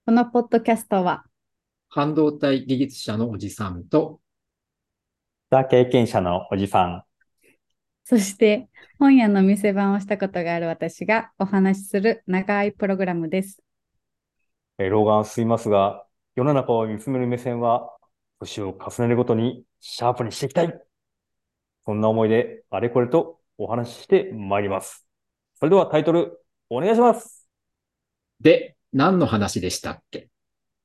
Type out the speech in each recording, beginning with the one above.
このポッドキャストは、 半導体技術者のおじさんと、 ザ経験者のおじさん。 そして本屋の店番をしたことがある私がお話しする長いプログラムです。 老眼は進みますが、世の中を見つめる目線は、年を重ねるごとにシャープにしていきたい。そんな思いで、あれこれとお話ししてまいります。それではタイトル、お願いします。 で、何の話でしたっけ？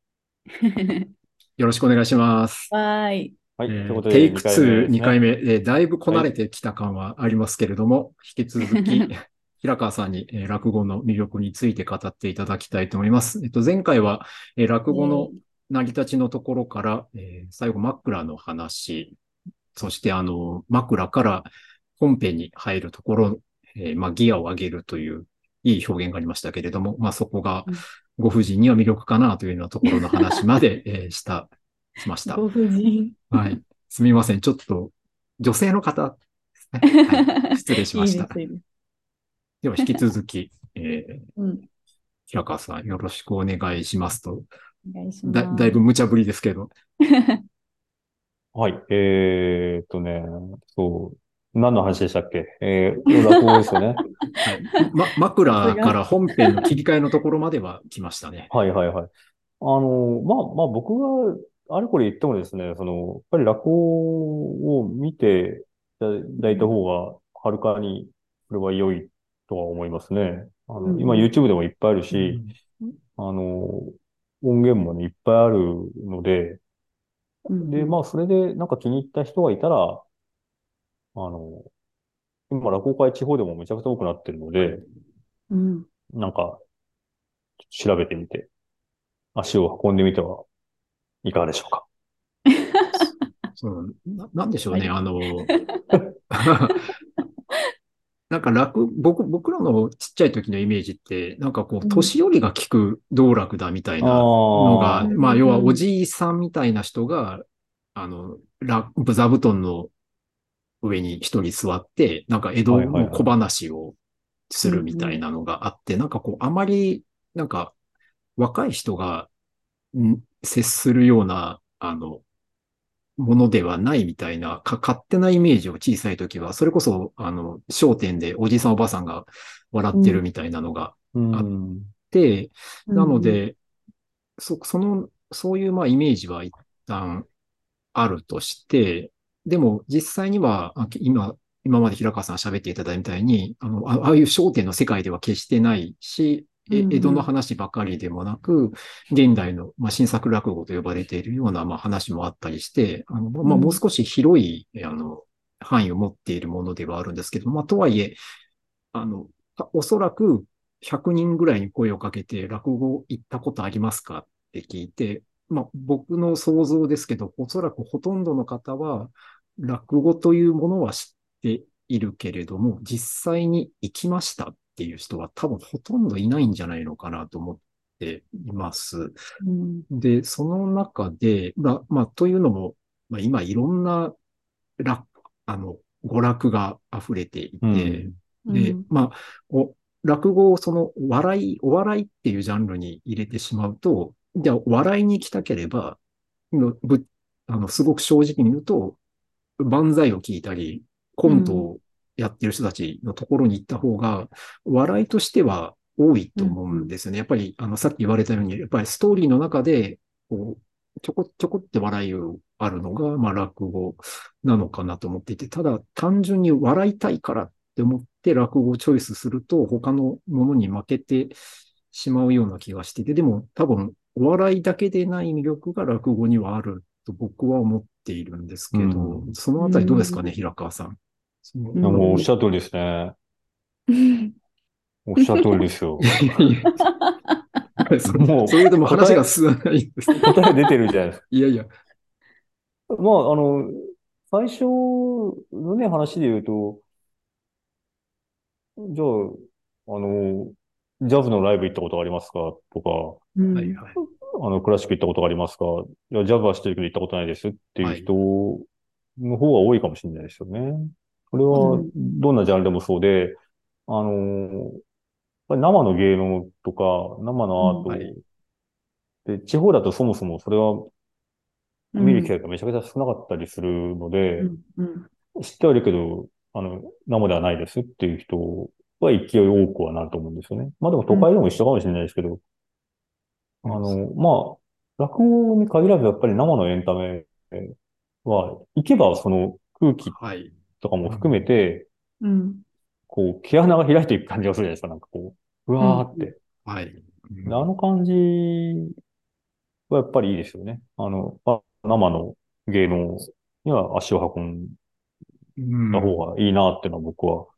よろしくお願いします。 わーい。 はい。ということで、 テイク 2回目 2、2回ですね。 目、だいぶこなれはい。 てきた感はありますけれども、引き続き、平川さんに、落語の魅力について語っていただきたいと思います。前回は、落語のイェイ。 成り立ちのところから、最後枕の話、そして枕から本編に入るところ、ギアを上げるといういい表現がありましたけれども、そこがご婦人には魅力かなというようなところの話まで、しました。 ご婦人。 はい。すみません。ちょっと女性の方ですね。はい。失礼しまいいです、 した。 いいです。 では引き続き、 うん。 平川さんよろしくお願いしますと。 お願いしだいます。 ぶ無茶ぶりですけど。 はい。そう。何の話でしたっけ？落語ですよね。 はい。 さすが。 枕から本編の切り替えのところまでは来ましたね。 はいはいはい。僕があれこれ言ってもですね、やっぱり落語を見ていただいた方が、はるかに、それは良いとは思いますね。今うんうん YouTube でもいっぱいあるし、 うん。 あの、音源もね、いっぱいあるので、で、 うんうんそれでなんか気に入った人がいたら、あの、今落語会地方でもめちゃくちゃ多くなってるので、 うんなんか調べてみて、足を運んでみてはいかがでしょうか。 なんでしょうね。 はい。 なんか僕らのちっちゃい時のイメージって、なんかこう、 うん。 年寄りが聞く道楽だみたいあなのが、 うあ、 要はおん。 じいさんみたいな人が、座布団の上に一人座って、なんか江戸はいはいの小はい。 話をするみたいなのがあって、なんかこう、あまり、なんか若い人が接するような、ものではないみたいな、勝手なイメージを小さい時は、それこそ、商店でおじさんおばさんが笑うん。 ってるみたいなのがうあっん。 て、なのうん。 で、そういうイメージは一旦あるとして、でも実際には、今まで平川さん喋っていただいたみたいに、ああいう商店の世界では決してないし、江戸のうん。 話ばかりでもなく、現代の、新作落語と呼ばれているような、話もあったりして、もううん。 少し広い、範囲を持っているものではあるんですけど、とはいえ、あの、おそらく100人ぐらいに声をかけて、落語行ったことありますかって聞いて、僕の想像ですけど、おそらくほとんどの方は、落語というものは知っているけれども、実際に行きましたっていう人は多分ほとんどいないんじゃないのかなと思っています。 うん。 で、その中で、というのも、今いろんな楽、娯楽が溢れていて、 うん。 で、落語をお笑いっていうジャンルに入れてしまうと、じゃあ、笑いに行きたければ、のぶ、すごく正直に言うと、漫才を聞いたり、コうん。 ントをやってる人たちのところに行った方が、笑いとしては多いと思うんうん。 ですよね。やっぱり、さっき言われたように、やっぱりストーリーの中で、ちょこって笑いがあるのが、落語なのかなと思っていて、ただ単純に笑いたいからって思って落語をチョイスすると、他のものに負けてしまうような気がしていて、でも多分、お笑いだけでない魅力が落語にはあると僕は思っているんですうけど、 ん。 そのあたりどうですかね、平川さん。 うもうおっしん。 ゃる通りですね。 うん。 おっしゃる通りですよ。 それでもう、 も話が進まないんです。 答え出てるじゃないですか。 いやいや、 まあ、最初のね、話で言うと、じゃあ、ジャズのライブ行ったことがありますかとか、 うん。 はいはい。 クラシック行ったことがありますか？いや、ジャズは知ってるけど行ったことないですっていうはい。 人の方が多いかもしれないですよね。これは、 うん。 どんなジャンルでもそうで、あの、やっぱり生の芸能とか、生のアートうん。 はい。 で、地方だとそもそもそれは見る機うん、 会がめちゃくちゃ少なかったりするので、 うん、うん、 知ってはいるけど、生ではないですっていう人は勢い多くはなると思うんですよね。まあでも都うん、 会でも一緒かもしれないですけど、 うん。 まあ、落語に限らずやっぱり生のエンタメは、行けばその空気はい。 とかも含めうん。 て、 うん、 こう、毛穴が開いていく感じがするじゃないですか。なんかこう、ううん、 わーって。 はい。うであん。 の感じはやっぱりいいですよね。生の芸能には足を運んうだ方ん。 がいいなっていうのは僕は、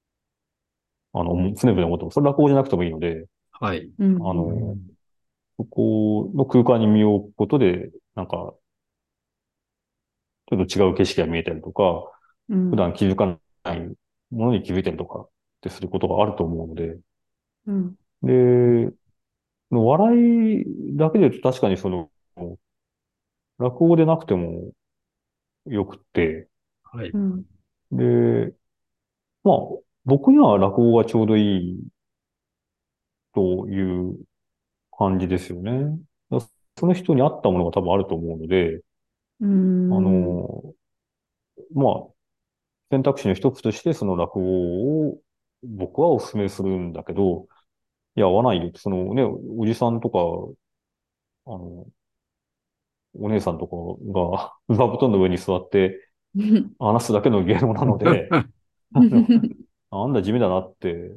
常々思ってます。それ落語じゃなくてもいいので、 はい。 うん、 あうん、 の、 うん。 そこの空間に身を置くことで、なんか、ちょっと違う景色が見えたりとか、 うん、 普段気づかないものに気づいたりとかってすることがあると思うので、 うん、 で、笑いだけで言うと確かにその、落語でなくてもよくて、 はい。 うん、 で、まあ、僕には落語がちょうどいいという感じですよね。その人に合ったものが多分あると思うので、 うあん、 の、まあ、選択肢の一つとしてその落語を僕はお勧めするんだけど、いや、合わないよって。そのね、おじさんとか、あの、お姉さんとかが座布団の上に座ってうん、 話すだけの芸能なので、あの、なんだ地味だなって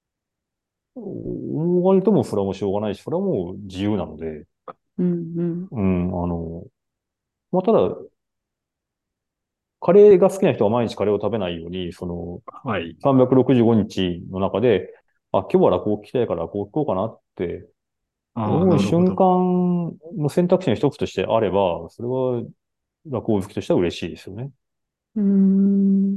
思われてもそれはもうしょうがないし、それはもう自由なので、 うん、 うん、まあ、ただ、カレーが好きな人は毎日カレーを食べないように、その、 はい。 365日の中で、あ、今日は落語聞きたいから落語聞こうかなってああ、 思う瞬なるほど。 間の選択肢の一つとしてあれば、それは落語好きとしては嬉しいですよね。 うん、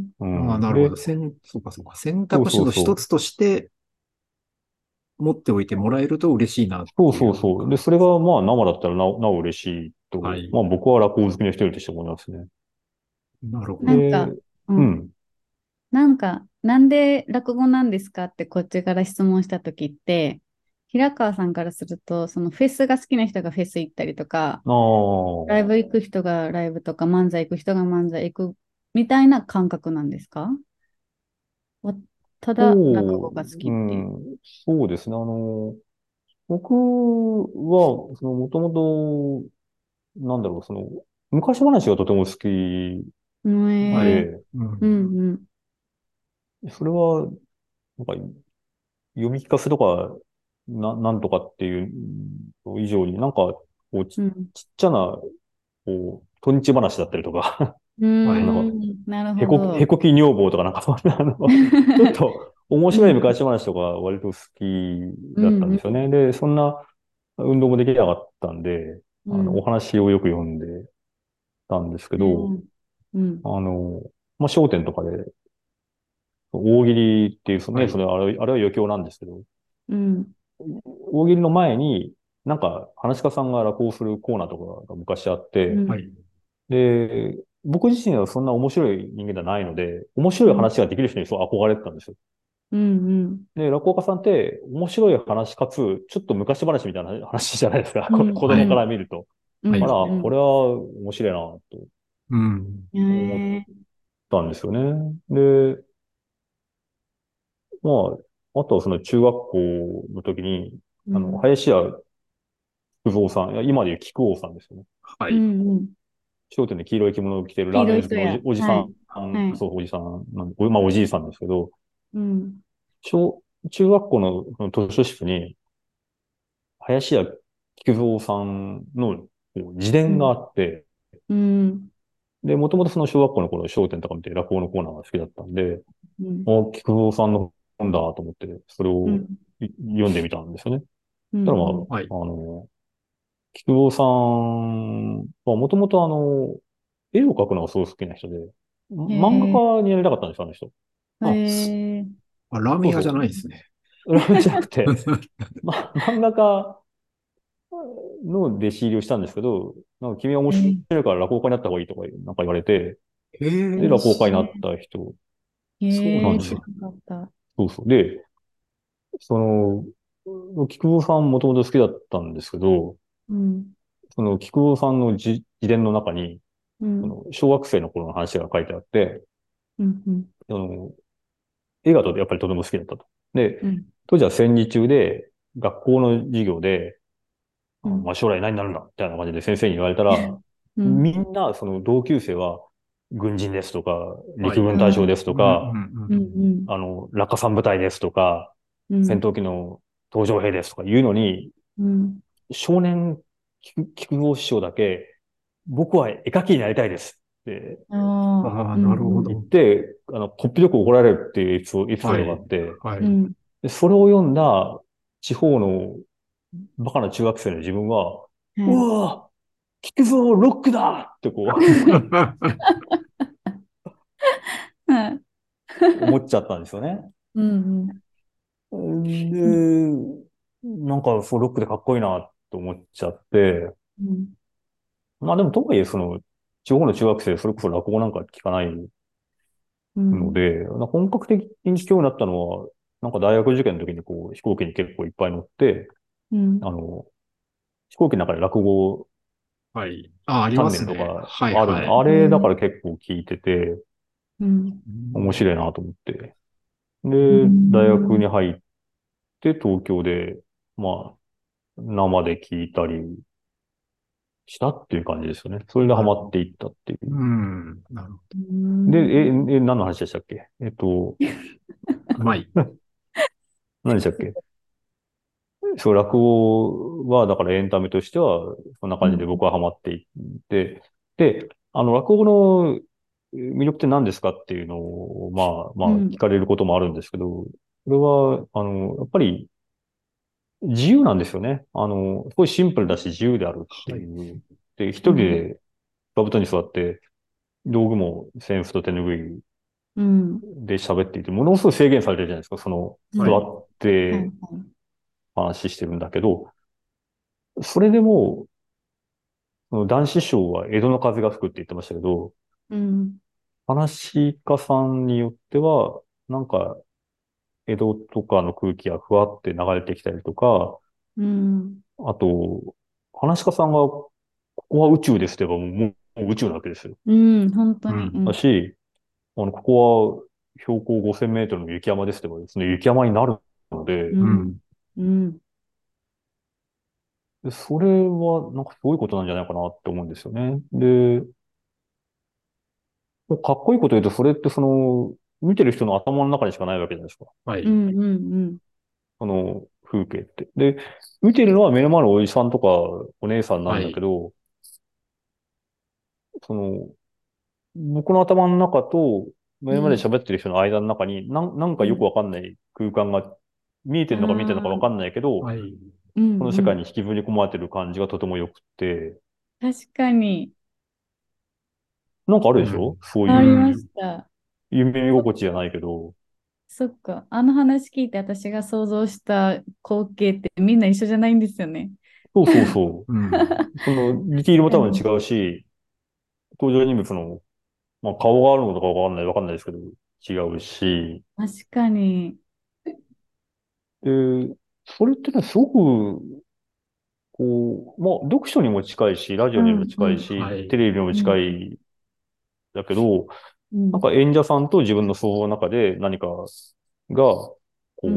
うああ、 ん。で、 なるほど。そうか、そうか。選そう択肢そうそう。 の一つとして持っておいてもらえると嬉しいなっそうていうそうそう。で、それ感じです。 がまあ生だったらなお嬉しいと、 はい。 まあ僕は落語好きの一人として思いますね。 なるほど。 なんか、 で、 うん、 うん。 なんか、なんで落語なんですかってこっちから質問したときって、平川さんからすると、そのフェスが好きな人がフェス行ったりとか、 ああ、 ライブ行く人がライブとか、漫才行く人が漫才行くみたいな感覚なんですか？わただ落語が好きうっていう。 ん、そうですね。僕は、もともと、なんだろう、昔話がとても好きはい。 で、 うん。 うんうん、 それは、なんか、読み聞かせとか、なんとかっていう以上に、なんか、こう、 うん。 ちっちゃな、こう、とんち話だったりとか、 うあはい。 の、 ーん、なるほへど。 こき女房とかなんかそんな、ちょっと面白いうん、 昔話とか割と好きだったうん、うん、 んですよね。で、そんな運動もできなかったんで、おうん。 話をよく読んでたんですけど、 うん、 あの、まあ、商店とかで、大喜利っていう、 はい。 あれは余興なんですけど、 うん、 大喜利の前に、なんか、話し家さんが落語するコーナーとかが昔あって、 うん、 はい。 で、僕自身はそんな面白い人間ではないので、面白いうん、 話ができる人にそう憧れてたんですよ。 うん、 で、落語家さんって面白い話かつ、ちょっと昔話みたいな話じゃないですか。 うん、 子供かうん、 ら見ると。 うん、 はい。 あら、 うん。 これは面白いなとうん。 へ思っえ、 たんですよね。で、まあ、あとはその中学校の時に、 うん、 林家菊蔵さん、いや今でいう菊王さんですよね。 はい。 うん、うん。 商店で黄色い着物を着てる黄ラーメン好きの色い人や。 おじさはい、はん、 い。 そう、おじさんまあおじいさんですけど、 うん、 小、中学校の図書室に、林家菊蔵さんのこう自伝があうん、 って、 うん、 で、もともとその小学校の頃、笑点とか見て落語のコーナーが好きだったんで、 うん、 あ、菊蔵さんの本だと思って、それをうん、 読んでみたんですよね。 うん、 ただまあ、 うん。 はい。 菊蔵さんはもともと絵を描くのがすごい好きな人で、 へ漫え、 画家になりたかったんですよ、あの人。 へあ、 え、 ラーメン屋じゃそうそないですね。 う。ラーメンじゃなくて、漫画家の弟子入りをしたんですけど、なんか君は面白へえ、 いから落語家になった方がいいとかなんか言われて、 へで、 え、 落語家になった人へえ、知なんですよ。 らなかった。 そうそう。で、その、菊蔵さんもともと好きだったんですけど、 うん。 菊蔵さんの自伝の中に、 うん。 小学生の頃の話が書いてあって、 うん。うん。 あの、映画とやっぱりとても好きだったと。で、 うん。 当時は戦時中で、学校の授業で、 うん。 まあ、将来何になるんだみたいな感じで先生に言われたら、 うん。 みんな、その同級生は、軍人ですとか、陸はい。 軍大将ですとうん、うん、 か、 うん。うん。 落下傘部隊ですとか、戦うん。 闘機の搭乗兵ですとか言うのに、 うん。 少年菊蔵師匠だけ、僕は絵描きになりたいですってああ。 ああ、 うん。 なるほうん。 言っど。 て、こっぴどく怒られるっていうエピソードがあはい。 って、 はい。 うん。 でそれを読んだ地方のバカな中学生の自分は、うはい。 わぁ、菊蔵ロックだってはい。 思っちゃったんですよね。 うん。うん。 で、なんかそうロックでかっこいいなと思っちゃって、 うん。 まあでもとはいえ地方の中学生それこそ落語なんか聞かないうん。 ので、本格的に興味になったのは、なんか大学受験の時に飛行機に結構いっぱい乗って、 うん。 あの、飛行機の中で落語はい。あ、ありチャンますね。 ネルとかはい、 あるんで、 はい。 あれだうん。 から結構聞いてて、 うん。 面白いなと思って。 うで、大学にん。 入って東京で、まあ、生で聞いたりしたっていう感じですよね。それでハマっていったっていう。 うん、なるほうで、 ん。 何の話でしたっけど。はい。 何でしたっけそう、落語は、だからエンタメとしては、そんな感じで僕はハマっていって、で、落語の魅力って何ですかっていうのを、まあ、聞うん。 かれることもあるんですけど、これは、やっぱり自由なんですよね。すごいシンプルだし自由であるってはい。 いう。で、一人うん。 で座布団に座って、道具も扇子と手拭いうん。 で喋っていて、ものすごい制限されてるじゃないですか。 はい。 はい。 座っはい。 てはい。 話してるんだけど、それでも、その男子師匠は江戸の風が吹くって言ってましたけど、 うん。 話し家さんによっては、なんか、江戸とかの空気がふわって流れてきたりとか、 うん。 あと、話し家さんが、ここは宇宙ですって言えばもう宇宙なわけですよ。 うん。本当に。ううん。 だん。 し、ここは標高5000メートルの雪山ですって言えば、その雪山になるので、 うん。 うん。 うん。 それはなんかすごいことなんじゃないかなって思うんですよね。で、かっこいいこと言うと、それって見てる人の頭の中にしかないわけじゃないですか。 はい。 うん。うん。 その風景って。で、見てるのは目の前のおじさんとかお姉さんなんだけはい。 ど、その、僕の頭の中と目の前でうん。 喋ってる人の間の中に、なんかよくうん。 わかんない空間が見えてあるのか見えてるのかわかんあ。 ないけど、 はい。 うん。 この世界うん。 に引きずり込まれてる感じがとても良くて、 確かに。 なんかあるでしょうん。 そうありまいうした。 夢見そっ心地じゃないか。 けど、 そっか。あの話聞いて私が想像した光景ってみんな一緒じゃないんですよね。 そうそうそうん。 う。ディティールも多分違確かに。 うし、登場人物の、まあ、顔があるのかわかんないですけど、違うし、 確かに。 で、それってね、すごく、まあ、読書にも近いし、ラジオにもうん。うん。 近いし、 はい。 テレビにもうん。 近いだけど、 うん。 なんか演者さんと自分の想像の中で何かが、 うん。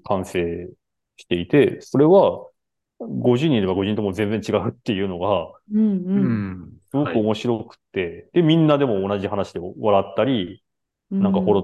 完成していて、それは50人いれば50人とも全然違うっていうのが、 うん。ううん。 ん。 すごはい。 く面白くて、で、みんなでも同じ話で笑ったり、 うん。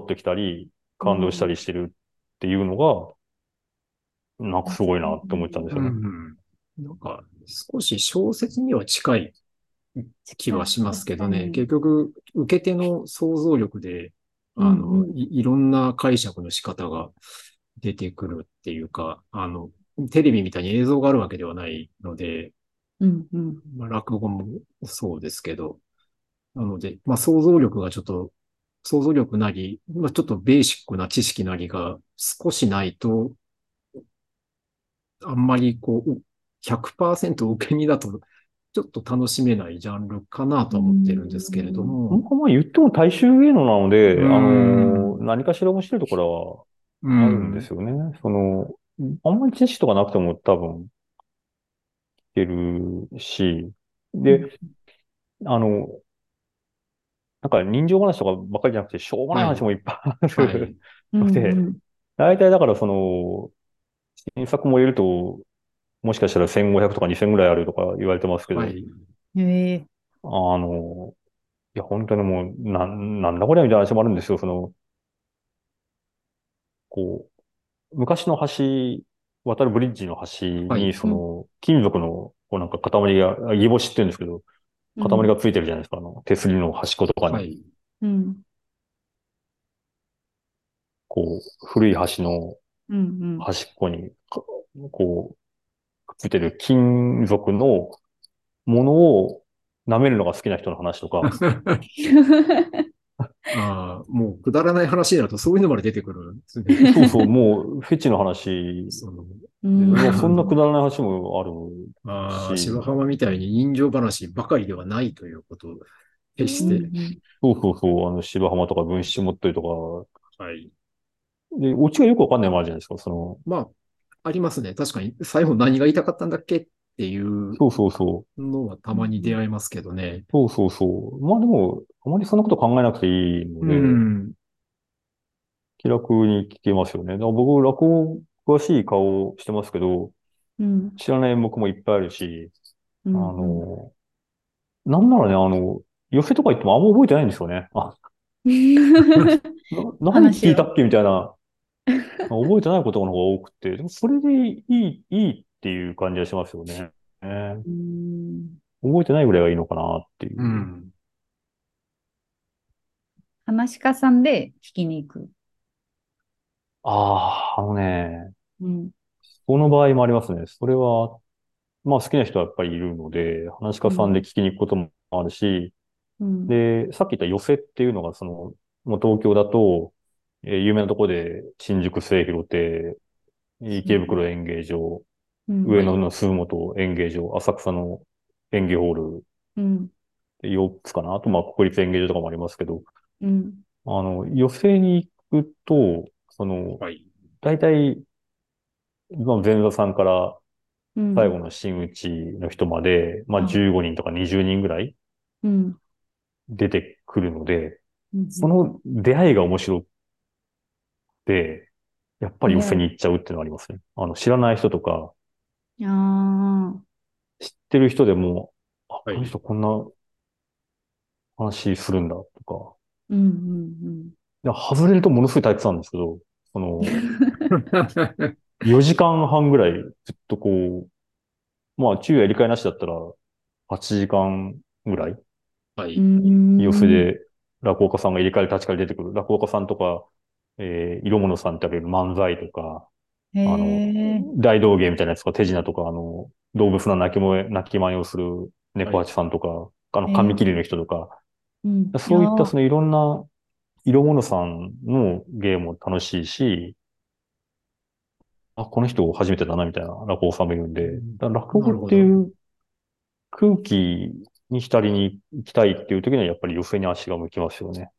なんかほろっときたり、感動したうん。 りしてるっていうのが、なんか確すごいなかって思っちゃうんですうよね。 ん。なんか、少し小説には近い気はします確けどね。 かに。 結局、受け手の想像力で、 うん。うん。 いろんな解釈の仕方が出てくるっていうか、テレビみたいに映像があるわけではないので、 うん。うん。 まあ、落語もそうですけど、なので、まあ、想像力がちょっと、想像力なり、まあ、ちょっとベーシックな知識なりが少しないと、あんまり100%受け身だと、ちょっと楽しめないジャンルかなうとは思ってるんですけれどん。 も、 僕はまあ言っても大衆芸能なのうーで、 ん、 何かしら面白いところうはあるんでん、 すよね。あんまり知識とかなくても多分、聞てるし、 うんで、あの、なんか人情話とかばっかりじゃなくて、しょうもないはい。 話もいっぱいあるはい。 うので、 ん大体だから新作も入れると、もしかしたら1500とか2000ぐらいあるとか言われてますけど、 はい。 うん。 あの、いや、本当にもう、なんだこれみたいな話もあるんですよ。こ昔の橋、渡るブリッジの橋に、 はい。 うん。 金属の、なんか塊が、ギボシって言うんですけど、塊うん。 がついてるじゃないですか。手すりの端っことかに。 はい。 うん。 古い橋のうん。うん。 端っこに、くっついてる金属のものを舐めるのが好きな人の話とか、 ああ、もうくだらない話になるとそういうのまで出てくるんですね。 そうそう、もう、フェチの話、 その、 うで、 もうそんなくん。 だらない話もあるああ、芝し、 浜みたいに人情話ばかりではないということうでして、 ん。 そうそうそう、芝浜とか分子持ったりとか、 はい。 で、オチがよくわかんないのもあるじゃないですか。 まあ、ありますね。確かに、最後何が言いたかったんだっけっていうそうそうそう。 のはたまに出うん。 会いますけどね。 そうそうそう。まあでも、あまりそんなこと考えなくていいのうで、 ん。 気楽に聞けますよね。だから僕、落語詳しい顔してますけど、 うん。 知らない演目もいっぱいあるし、 うあん。 の、なんならね、寄席とか行ってもあんま覚えてないんですよね。何聞話を。 いたっけみたいな、覚えてないことの方が多くて、でもそれでいいっていう感じがしますよね。 うん。 覚えてないぐらいがいいのかなっていう。 うん。 話し家さんで聞きに行く。 ああ、 うん。 その場合もありますね。それは、まあ好きな人はやっぱりいるので、話し家さんでうん。 聞きに行くこともあるし、 うん。 で、さっき言った寄席っていうのが、もう東京だと、有名なところで、新宿末広亭、池袋演芸場、 うん。 はい。 上野の鈴本演芸場、浅草の演芸ホール、 うん。 4つかな。あと、まあ、国立演芸場とかもありますけど、 うん。 寄席に行くと、 はい。 大体、まあ、前座さんからうん。 最後の真打ちの人まで、まあ、 あ、 15人とか20人ぐらいうん。 出てくるので、 うん。 その出会いが面白くて、やっぱり寄出会い。 席に行っちゃうっていうのがありますね。知らない人とか、 ああ。 知ってる人でも、あ、このはい。 人こんな話するんだとか。 うん。うん。 いや、外れるとものすごい退屈なんですけど、 うん。 4時間半ぐらいずっとまあ、昼夜入れ替えなしだったら8時間ぐらい、 うはい。 寄席ん。 で落語家さんが入れ替え立ち替え出てくる。落語家さんとか、色物さんってあげる漫才とか、 へあの、 え。 大道芸みたいなやつとか、手品とか、動物の鳴き真似をするはい。 猫八さんとか、 へえ。 紙切りの人とか、 うん。いやそういったー。 いろんな色物さんの芸も楽しいし、あ、この人初めてだなみたいな落語家さんもいるんで、 うん、 だから落語っなるほど。 ていう空気に浸りに行きたいっていう時にはやっぱり寄席に足が向きますよね。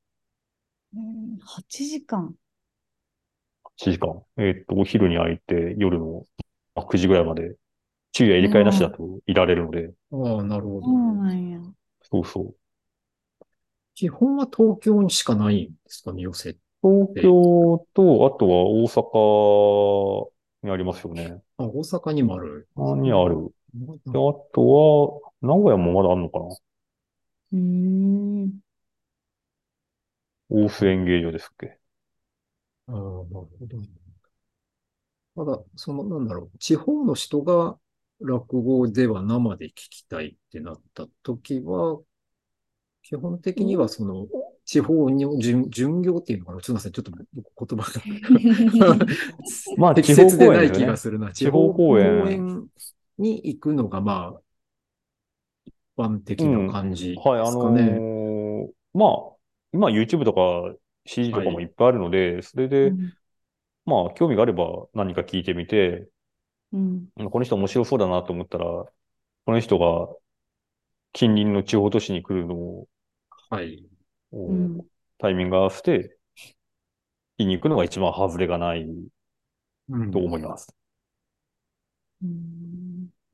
8時間。 1時間。お昼に空いて夜の9時ぐらいまで昼夜うん。 入れ替えなしだそといられるので、 ああ、なるほど。 うなんや。 そうそう。 基本は東京にしかないんですかね、寄せっ東て。 京と、あとは大阪にありますよね。 あ、大阪にもあるんですにあね。 る。で、あとは、名古屋もまだあるのかな。 うーん。 大須演芸場ですっけ。 ああ、なるほど。ただ、なんだろう、地方の人が落語では生で聞きたいってなった時は、基本的には地方に巡業っていうのかな。すみません。ちょっと僕言葉がまあ、 適地方切でない公演ですよね。 気がするな。地地方方公演。 公演に行くのが、まあ、一般的なうん。 感じはい、 ですかね。 まあ、今 YouTube とか CD とかもいはい。 っぱいあるので、それで、 うん。 まあ、興味があれば何か聞いてみて、 うん。 この人面白そうだなと思ったら、この人が近隣の地方都市に来るのを、 はい。 おうん。 タイミング合わせて、聞きに行くのが一番外れがないとうん。 思います。 うん。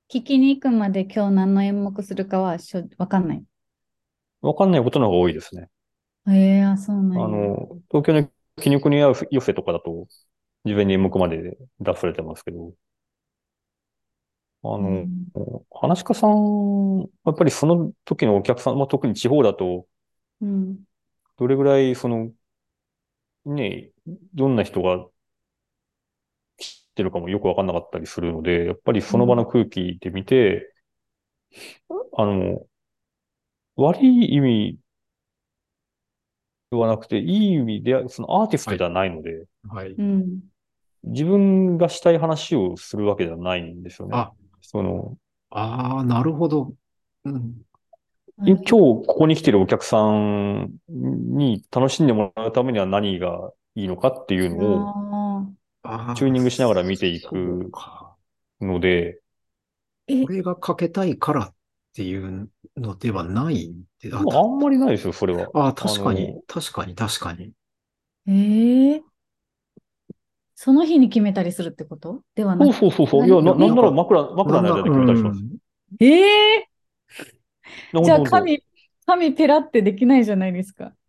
聞きに行くまで今日何の演目するかはわかんない。 わかんないことの方が多いですね。 あ、そうなんや。 東京の紀伊国屋寄せとかだと、事前に演目まで出されてますけど、あの、 うん。 話し家さん、やっぱりその時のお客さん、まあ、特に地方だと、 うん。 どれぐらい、ね、どんな人が来てるかもよくわかんなかったりするので、やっぱりその場の空気で見て、あの、悪い意味ではなくて、いい意味で、そのアーティスはい。 トではないので、 はい。 うん。 自分がしたい話をするわけではないんですよね。 あ、 その、 なるほど。うん。 今日ここに来てるお客さんに楽しんでもらうためには何がいいのかっていうのをああ。 チューニングしながら見ていそうくか。 ので、 え、 これがかけたいからっていうのではないで、 まあ、あんまりないですよ、それは。 確かに、確かに、確かに。 ええその日に決めたりするってことではなそうく、 そうそうそう。いや、 何いや、 なんならなんか、 枕の間でう決めたりします。 ん。 ええじゃあ、 ほんとほんと。 神ペラってできないじゃないですか。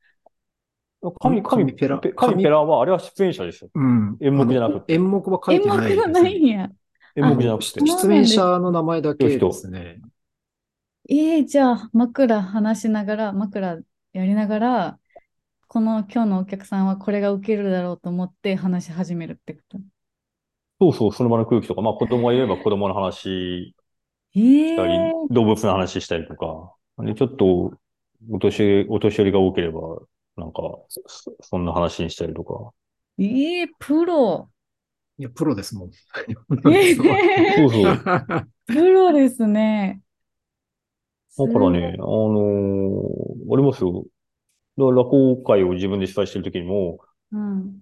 神ペラは、あれは出演者ですよ。 うん。 演目じゃなくて。 演目は書い演てない目がですね。 ないんや。 演目あ、 じゃなくて。 そう出演者なんです。 の名前だけでよしと。 すね。 じゃあ、枕話しながら、枕やりながら、この今日のお客さんはこれが受けるだろうと思って話し始めるってこと。 そうそう、その場の空気とか、まあ子供がいれば子供の話したり、 ええ動物の話したりとか、で、ちょっと、お年寄りが多ければ、なんか、そんな話にしたりとか。 プロ。 いや、プロですもん。プロですもん。 ええそうそう。 プロですね。すごい。 だからね、ありますよ。だから落語会を自分で主催してる時にも、 うん。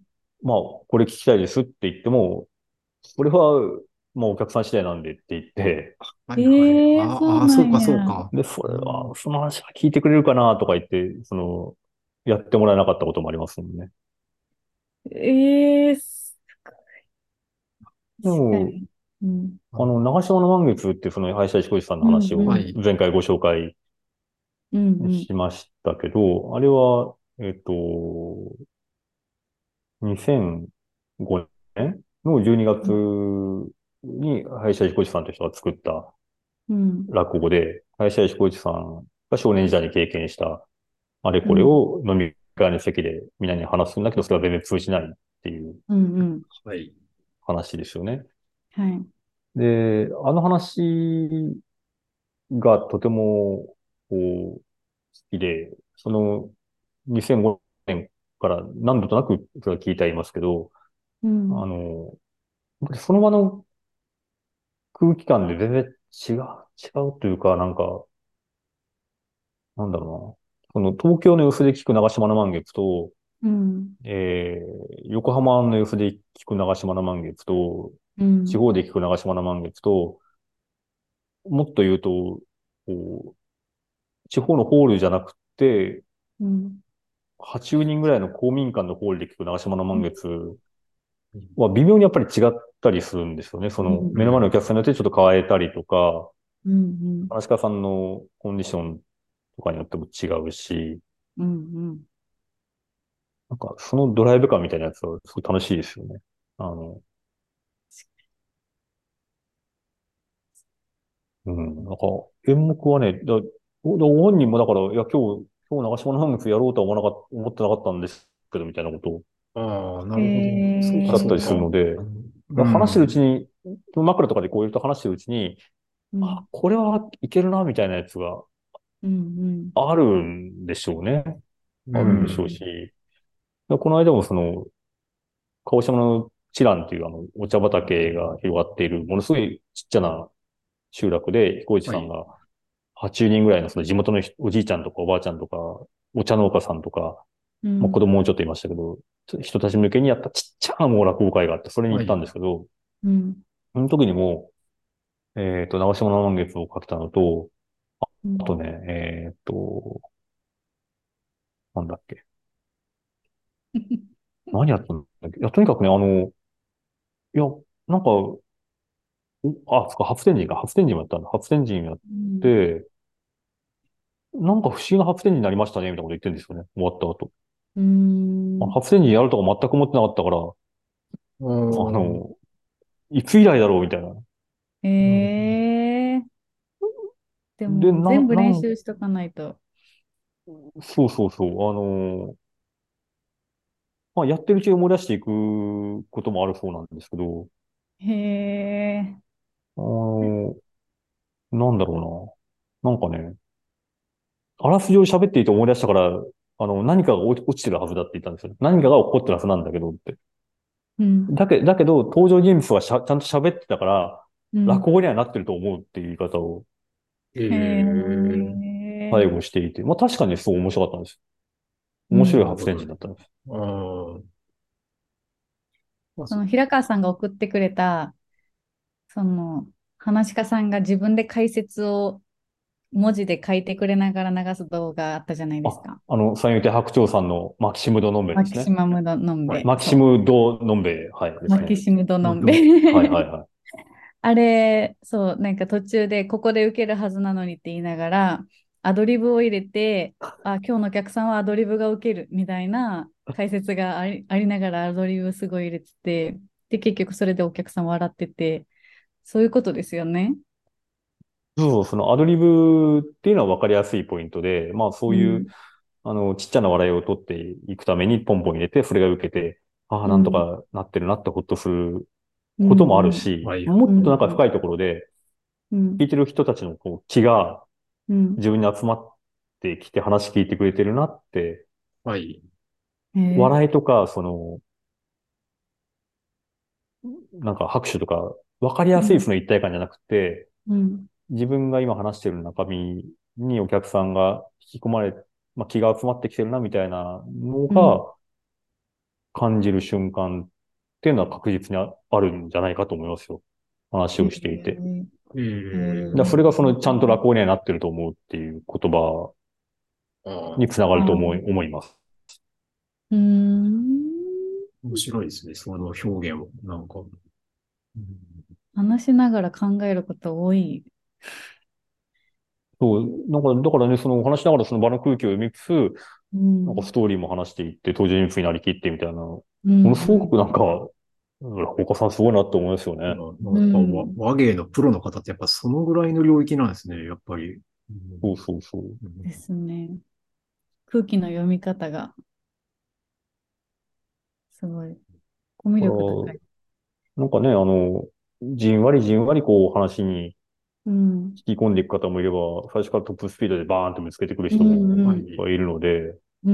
まあ、これ聞きたいですって言っても、これは、まあ、お客さん次第なんでって言って、 はいはい。 そうそうか、 なんや。 そうか。 で、それは、 うん。 その話は聞いてくれるかなとか言って、やってもらえなかったこともありますもんね。 ええでも、 確かに。うん。 長島の満月ってその林家彦一さんのうん話をうん。 はい。 前回ご紹介うんうん。 しましたけど、あれは、2005年の12月に林家彦一さんという人が作ったうん。 落語で、林家彦一さんが少年時代に経験したあれこれうん。 を飲み会の席でみんなに話すんだけど、それは全然通じないっていううんうん。 はい。 話ですよね。 はい。 で、あの話がとても、好きで、その2005年から何度となくそれは聞いていますけど、 うん。 あの、その場の空気感で全然違うというか、なんか、なんだろうな。その東京の様子で聞く長島の満月と、 うん。 横浜の様子で聞く長島の満月と、 うん。 地方で聞く長島の満月と、もっと言うと、こ地方のホールじゃなくて、 うん。 80人ぐらいの公民館のホールで聞く長島の満月うん。 は微妙にやっぱり違ったりするんですよね。そうの目の前のおん。 客さんによってちょっと変えたりとか、 うん。 話し家さんのコンディションとかによっても違うし、 うん。 なんかそのドライブ感みたいなやつはすごい楽しいですよね。あの、うん、なんか演目はね、ご本人もだから、いや今日長島の満月やろうとは思ってなかったんですけど、みたいなことをなえるほど。そうか、 おっしゃったりそうか。 するので、 う話してるうちん。 に、枕とかでこういろいろと話してるうちに、あ、 うん。 これはいけるな、みたいなやつがうん。 あるんでしょうね。 うあるんでしょうん。 し、この間も鹿児島の知覧っていうお茶畑が広がっている、ものすごいちっちゃな集落で、彦一はい。 さんが80人ぐらいのその地元のおじいちゃんとかおばあちゃんとか、お茶農家さんとか、まあ、子うん。 供もちょっといましたけど、人たち向けにやったちっちゃなもう落語会があって、それに行ったんはい。 ですけど、 うん。 その時にも、長島の満月をかけたのと、 うん。 あとね、なんだっけ。何やったんだっけ。いや、とにかくね、いや、なんか、 そっか、初天神か。初天神もやったんだ。初天神やっうん。 て、なんか不思議な初天神になりましたね、みたいなこと言ってるんですよね。終わった後。 うーん。 初天神やるとか全く思ってなかったから、 うん。 の、いつ以来だろうみたいな。 ええ、でで、 も全部練習しとかないと。 そうそうそう。やってるうちに思い出していくこともあるそうなんですけど、 へえ。 あの、なんだろうな。なんかね、あらすじを喋っていて思い出したから、何かが落ちてるはずだって言ったんですよ。何かが起こってるはずなんだけどって。 うん。 だけど、登場人物はちゃんと喋ってたから、 うん。 落語にはなってると思うっていう言い方をえへえ。 最え。 後していて、確かにすごい面白かったんです。面白いうん。 初天神だったんです。 ああ。まあ、 その平川さんが送ってくれた、その、話し家さんが自分で解説を文字で書いてくれながら流す動画あったじゃないですか。 三遊亭白鳥さんのマキシム・ド・ノンベマキですね。 シマムドのんべえ。 はい。 マキシそう。 ム・ド・ノンベ、はいですね。 マキシムドのんべど、 はいはえ。 いはい。 あれ、そう、なんか途中でここで受けるはずなのにって言いながら、アドリブを入れて、あ、今日のお客さんはアドリブが受けるみたいな解説がありながらアドリブすごい入れてて、で、結局それでお客さん笑ってて、そういうことですよね。 そう、そのアドリブっていうのは分かりやすいポイントで、そういう、 うん。 ちっちゃな笑いを取っていくためにポンポン入れて、それが受けて、ああ、なんとうん。 かなってるなってほっとするうこともあるん。 し、 はい。 もうん。 っとなんか深いところで、 うん。 聞いてる人たちのこう気がうん。 自分に集まってきて話聞いてくれてるなって、 はい。 へえ。 笑いとか、なんか拍手とか、分かりやすいうん。 その一体感じゃなくて、 うん。 自分が今話してる中身にお客さんが引き込まれ、気が集まってきてるなみたいなのうん。 が感じる瞬間っていうのは確実にあるんじゃないかと思いますよ。話へをしていて。 え。 えへえ。 それがそのちゃんとえ。 落語にはなってると思うっていう言葉ああ、 につながるとあ、 思います。 うーん。 面白いですね。その表現を。なんか。うん。 話しながら考えること多い。 そう、だからね、そのお話しながらその場の空気を読みつつ、 うなんかん。 ストーリーも話していって、登場人物になりきってみたいな、もうん。 のすごうん。 くなんか、落語家さんすごいなって思いますよね。 うなんかん。 和芸のプロの方ってやっぱそのぐらいの領域なんですね。やっぱり。うん。 そうそうそう。 うんですね。空気の読み方がすごい。コミュだか力高い。 ら、なんかね、じんわりじんわりこう話にうん。 引き込んでいく方もいれば、最初からトップスピードでバーンとぶつけてくるう人もん。うん。 はい。 いるので、 うん。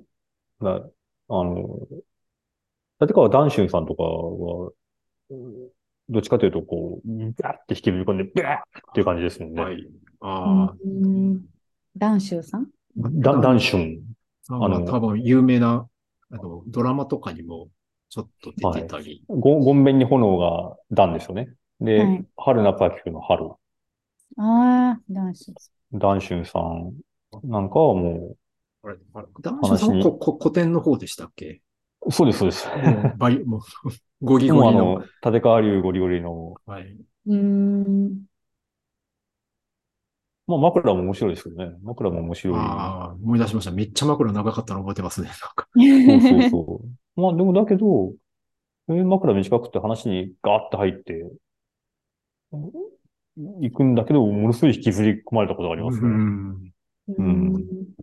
なあの、立川談春さんとかは、どっちかというと、こう、ガーって引きずり込んで、ビャーっていう感じですもんね。 はい。 うん。 ああ、 うん。談秋さん。 ダン談春。 さんは多あの、 分有名な、ドラマとかにもちょっと出はい。 てたり。 ごんべんに炎が談ですよね。で、 はい。 春中菊の春。 ああ、談秋さ談春さんなんかはもあれ、ダうンシュさんは話に、 古典の方でしたっけ？ そうです、そうです。 もう、もう、ゴリゴリの。 もう立川流ゴリゴリの、 はい。 ん。うーん。 枕も面白いですけどね。枕も面白い。 ああ、思い出しました。めっちゃ枕長かったの覚えてますね。なんか。 そうそうそう。でもだけど、枕短くて話にガーッと入っていくんだけど、ものすごい引きずり込まれたことがありうますね。 ん。 うーうん。 ん。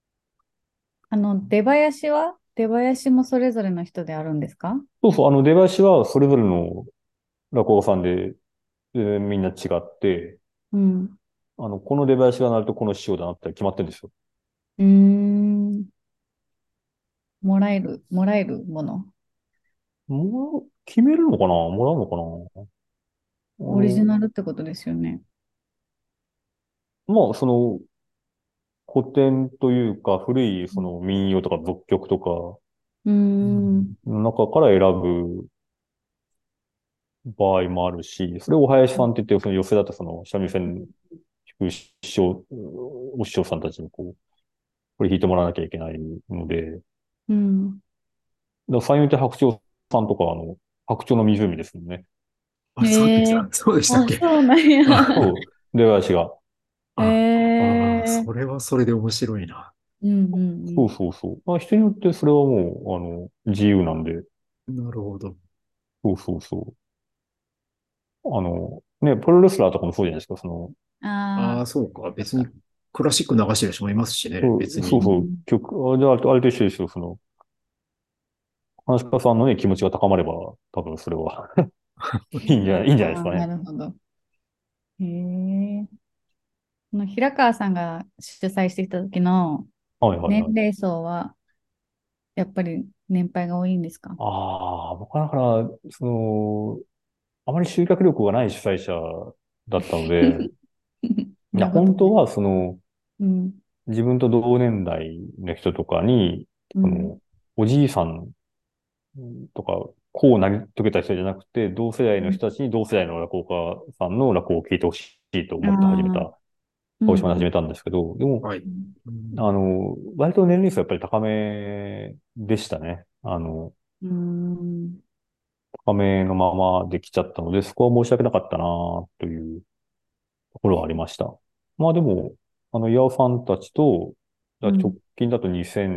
出囃子もそれぞれの人であるんですか？ そうそう、出囃子はそれぞれの落語家さんで、みんな違って、 うん。 この出囃子が鳴るとこの師匠だなって決まってるんですよ。 うーん。もらえるもの。 もう、決めるのかなもらうのかなオリジナルってことですよね。 その、古典というか、古いその民謡とか俗曲とかうーん。 の中から選ぶ場合もあるし、それをお囃子さんって言って、その寄せだとその三味線弾く師匠、お師匠さんたちにこう、これ弾いてもらわなきゃいけないので、だかうん。 ら三遊亭白鳥さんとかは白鳥の湖ですもんね。 あ、そうでしたっあ、 け？ そうなんや。 あ、 そう、出囃子が。 ええ、 それはそれで面白いな。 うんうんそうそうそう。まあ、人によってそれはもう、自由なんで、 なるほど。 そうそうそう。ね、プロレスラーとかもそうじゃないですか。 うん。ああ、 ああ、そうか。別にそっか。 クラシック流してる人もいますしね。別に。 そうそう、 うん。 あれと一緒ですよ。話し家さんのね、気持ちが高まれば、多分それはいいんじゃないですああ、なかね。 るほど。へえ。この平川さんが主催してきた時のはいはいはい。 年齢層は、やっぱり年配が多いんですか？ ああ、僕はだから、あまり集客力がない主催者だったので、 そいや、 んなことない。 本当は、 うん。 自分と同年代の人とかに、 うん。 おじいさんとか、こうなり遂げた人じゃなくて、同世代うん。 の人たちに同世代の落語家さんの落語を聞いてほしいとあ思ってあ、うん。 鹿児島で始めたんですけど、でも、 はい。 うん。 うん。 割と年齢層やっぱり高めでしたね。 うん。 高めのままできちゃったので、そこは申し訳なかったなというところはありました。まあでも、岩尾さんたちと、直うん。 近だと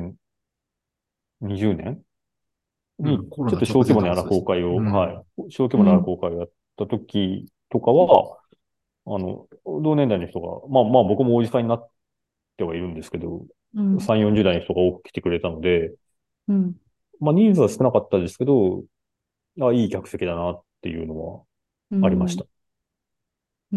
2020年に、 コロちょっナ直前と小規模なとかそうです。 落語会を、 うん。 はい、小規模な落うん。 語会をやった時とかは、同年代の人が、まあ僕もおじさんになってはいるんですけど、 うん。 3、40代の人が多く来てくれたので、 うん。 まあ人数は少なかったですけど、いい客席だなっていうのはうん。 ありました。 うん。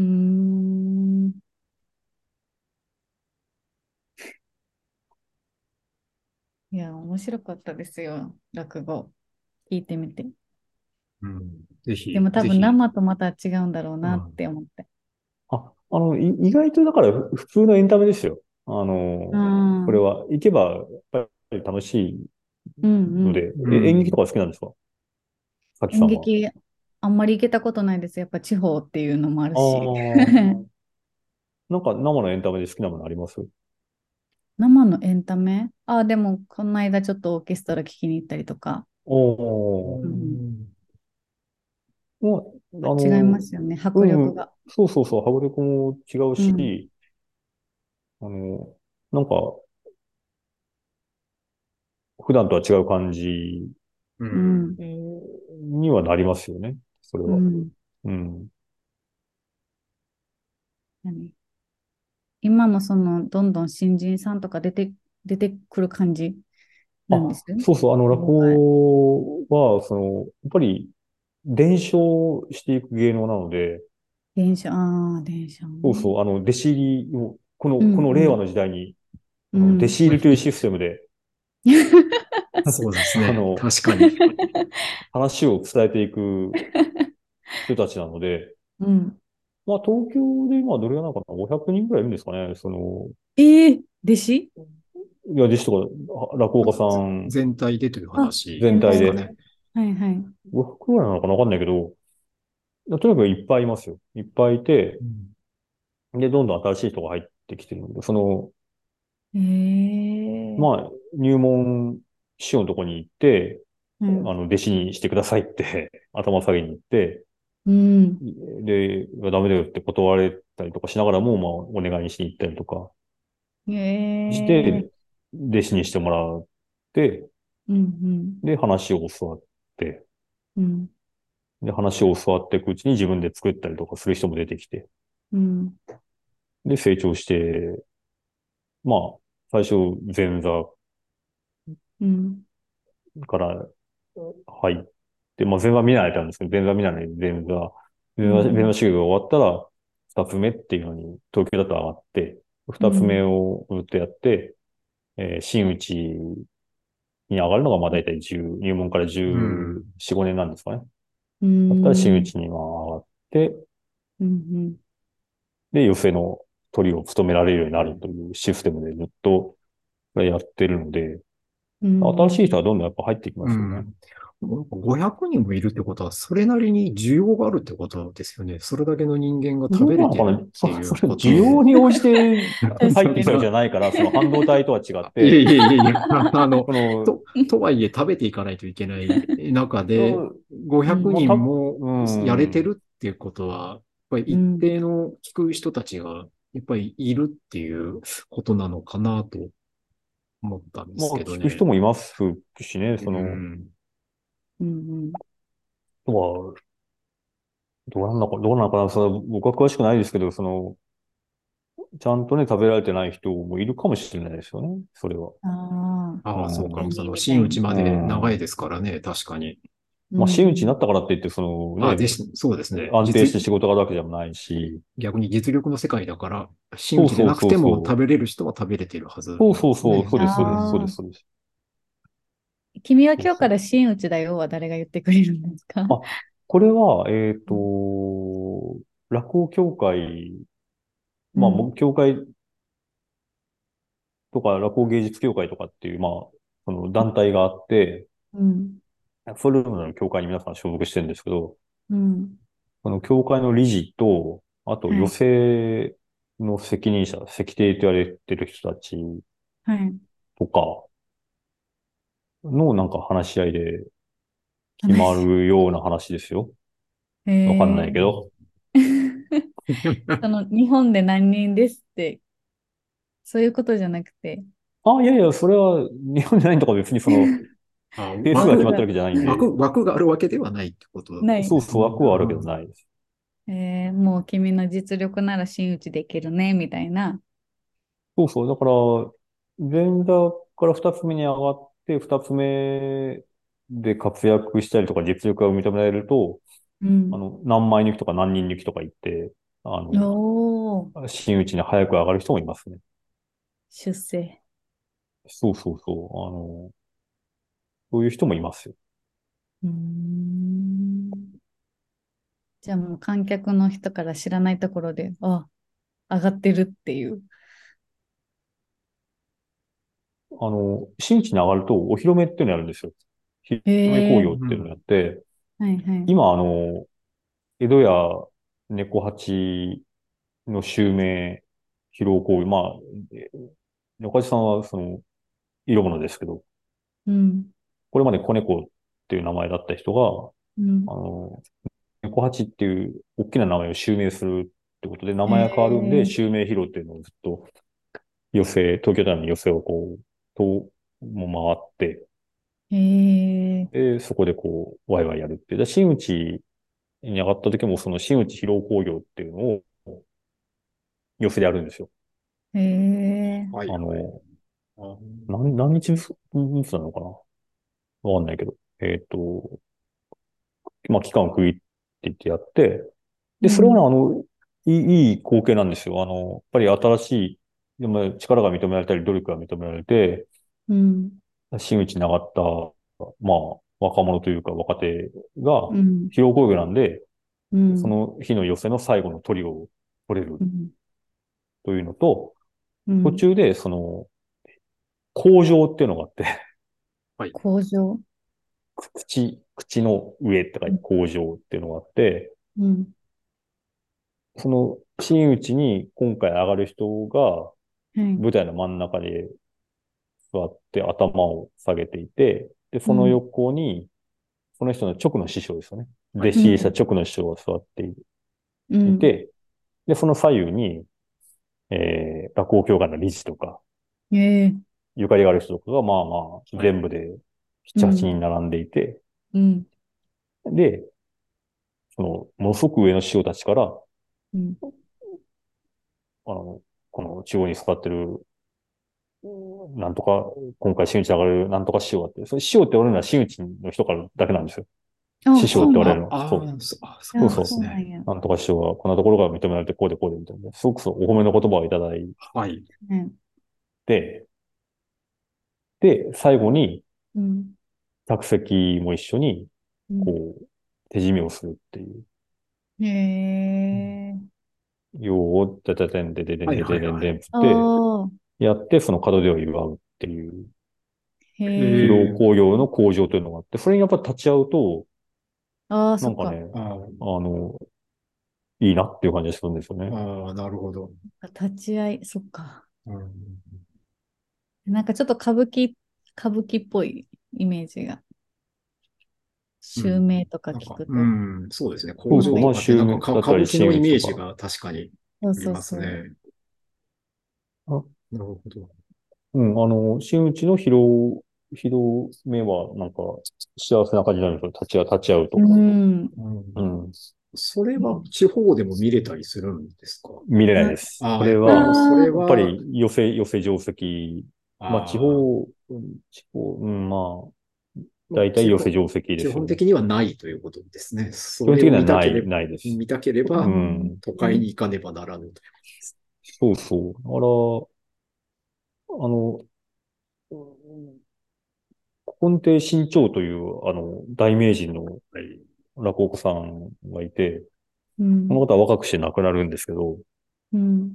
いや、面白かったですよ。落語。聞いてみて。 うん。ぜひ、 でも多ぜひ。 分生とまた違うんだろうなっうん。 て思って。 意外とだから普通のエンタメですよ。 うん。うんこれは、行けばやっぱり楽しいうん。 ので、 うん。 演劇とか好きなんですか？さきさんは。 演劇、あんまり行けたことないです。やっぱ地方っていうのもあるあし。 あ、なんか生のエンタメで好きなものあります？ 生のエンタメ、あ、でも、この間ちょっとオーケストラ聞きに行ったりとか。 おー。 ううん。 ん。 まあ、 違いますよね、迫うん、 力が。 そうそうそう、迫力も違ううん。 し、あの、なんか、普段とは違う感じうん。 うん。 にはなりますよね。それは。 うん。 うん。 何今もその、どんどん新人さんとか出てくる感じなんであ、 す。 そうそう、落了解。 語は、やっぱり、伝承していく芸能なので、 電車ね。 そうそう、弟子入りを、 うこんうん。 の令和の時代に、弟子うん。 入りというシステムで、 そうですあね。 の、 確かに。 話を伝えていく人たちなので、 うん。 まあ、東京で今どれぐらいなのかな？ 500 人ぐらいいるんですかね。 弟子。 いや、弟子とか、落語家さん全体でというあ、 話全体で。 全体で。 ですかね。 はいはい。 500ぐらいなのかなわかんないけど、とにかくいっぱいいますよ。いっぱいいて、 うん。 で、どんどん新しい人が入ってきてるので、まええ、 あ、入門師匠のとこに行って、 うん。 弟子にしてくださいって頭下げに行って、 うん。 で、いやダメだよって断られたりとかしながらも、まあ、お願いしに行ったりとかしええ、 て、弟子にしてもらって、 うん、 で、話を教わって、 うん、 で、話を教わっていくうちに自分で作ったりとかする人も出てきて、 うん、 で、成長して、まあ、最初、前座うん、 から入って、まあ、前座見ないとなんですけど、前座見ないのに前座うん、 修行が終わったら、二つ目っていうのに東京だと上がって、二つ目うん、 をずっとやって、真打ちに上がるのがまあ大体10、入門からう 14、 ん。 5年なんですかね。 うだったら真打ん、 ちには上がって、 うん、 で、寄席の鳥を務められるようになるというシステムでずっとやってるので、 うん、 新しい人はどんどんやっぱ入ってきますよね。 うん。500人もいるってことは、それなりに需要があるってことですよね。それだけの人間が食どうべれてるなのかなっていうそれ、需要こと。 に応じて入ってきたわけじ確かに。 ゃないから、その半導体とは違っいえて、 いえいえいえ、 この、 とはいえ食べていかないといけない中で、500 まあ、 人もうやれてん。 るっっていうことは、やっぱり一うん。 定の聞く人たちが、やっぱりいるっていうことなのかなと思ったんでまあ、 すけどね。 聞く人もいますしね、 うん。 うん。 あとは、どうなのかな、僕は詳しくないですけど、ちゃんとね、食べられてない人もいるかもしれないですよね、それは。 ああ、 ああ、そうか。 罪人みたいに。 真打ちまうで長いん。 ですからね。確かに。 うまあ、真打ちになん。 ったからって言って、 あ、そうですね。 安定して仕事があるわけでもないし、 逆に実力の世界だから、真打ちでそうそうなくてもそうそう。 食べれる人は食べれてるはずそうなんですね。 そうそう、そうです、そうです、そうです、 ああ、 そうです。 君はそうそう。 今日から真打ちだよは誰が言ってくれるんですか？ あ、これは、 うん。 落語協会、まあ、 うん。 協会とか、落語芸術協会とかっていう、まあ、その団体があって、 うん。 それぞれの協会に皆さん所属してるんですけど、 うん。 この協会の理事と、あと、寄はい。 席の責任者、席亭と言われてる人たちはい。 とかのなんか話し合いで決ま話。 るような話ですよ。わかんないけえど。 ー、その日本で何人ですって、そういうことじゃなくて、 あ、いやいや、それは日本じゃないとか別にあ、 定数が決まってるわけじゃないんで、 枠があるわけではないってことない。 そうそう、 ですね。 枠はあるわけじゃないです。 もう君の実力なら真打ちでいけるね、みたいな。 そうそう、だから、前座から二つ目に上がって、二つ目で活躍したりとか実力が認められると、 うん。 何枚抜きとか何人抜きとか言って、 おー、 真打ちに早く上がる人もいますね。 出世。 そうそうそう。そういう人もいますよ。 うーん。じゃあもう観客の人から知らないところで、あ、上がってるっていう。 真打ちに上がるとお披露目っていうのをやるんですよ。披へ露目興え、 行っていうのをやって、 はいはい。 今、江戸や猫八の襲名披露興行、まあ、え猫八さんは色物ですけど、 うん、 これまで子猫っていう名前だった人が、 うん。 あの、猫八っていう大きな名前を襲名するってことで、名へ前が変わるんで、 え、 襲名披露っていうのをずっと東京タワーの寄席をも回って、 へえ、 で、そこでワイワイやるっていう。で真打ちに上がった時も、その真打ち披露興行っていうのを寄席でやるんですよ。 へえ、 はいはい。 あの、 あ何日ずつなのかなわかんないけど。まあ、期間を区切って言ってやって、で、それはね、 うん、 いい光景なんですよ。やっぱり新しい、でも力が認められたり、努力が認められて、 うん、 真打ちに上がった、まあ、若者というか若手が、 うん、 披露興行なんで、そうん、 の日の寄せの最後のトリを取れるうん、 というのと、 うん。 途中で、口上っていうのがあって、 はい。 工場。 口の上って書いて口上っていうのがあって、 うん、 その真打ちに今回上がる人がはい。 舞台の真ん中で座って頭を下げていて、で、そのうん、 横に、その人の直の師匠ですよね。 はい。 弟子入りしたうん、 直の師匠が座ってうん。 いて、で、その左右に、落語協会の理事とか、 ええ、 ゆかりがある人とかが、まあまあ、 はい。 全部で7、8 うん、 人並んでいて、 うん、 で、ものすごく上の師匠たちから、 うん。 あの、この中央に座ってる、なんとか、今回真打ち上がるなんとか師匠があって、それ師匠って言われるのは真打ちの人からだけなんですよ。 あ、 師匠ってそうなんだ。 あ、 言われるのは。そう。そうあ、 そう。 そうですね。 そうなんや。 なんとか師匠がこんなところが認められてこうでこうでみたいな。すごくお褒めの言葉をいただいはい。 ね。 て、で、最後にうん、 客席も一緒に、 うん。 手締めをするっていう。 へえ。 よー、てててんでででんはいでででんでんはいはい。 つっあて、 あ、 やって、その門出を祝うっていうへえ披露え。 興行の向上というのがあって、それにやっぱ立ち会うと、 ああ、そっか。 なんかね、 ああの、いいなっていう感じがするんですよね。 ああ、なるほど。 立ち会い、そっか。 うん、 なんかちょっと歌舞伎っぽいイメージが。 襲名とかなんか、 聞くと。 そうですね。工そうそう、まあ、 場とかってなんかだったり、 歌舞伎のイ真打ちとか。 メージが確かにそうありまそうそう。 すね。 あ、 なるほど。 うん、真打ちの披露目は、なんか、幸せな感じなんですよ。立ち会ううと。 ん。 うん。 うん。 それは地方でも見れたりするんですか？ 見れないあ、 です。 ああ、 これやっぱりでもそは、 あー、 れやっぱは、 り、寄せ定石。まあ、 ああ、 まあ、 まあ、 大体寄せ定石で基すよね。 本的にはないということですね。 基本的それをにはないです。 見たけれうば、 ん。 うん。 都会に行かねばならぬということです。 そうそう。だから、根底新潮という、大名人のはい。 落語家さんがいて、 うん。 この方は若くして亡くなるんですけど、 うん。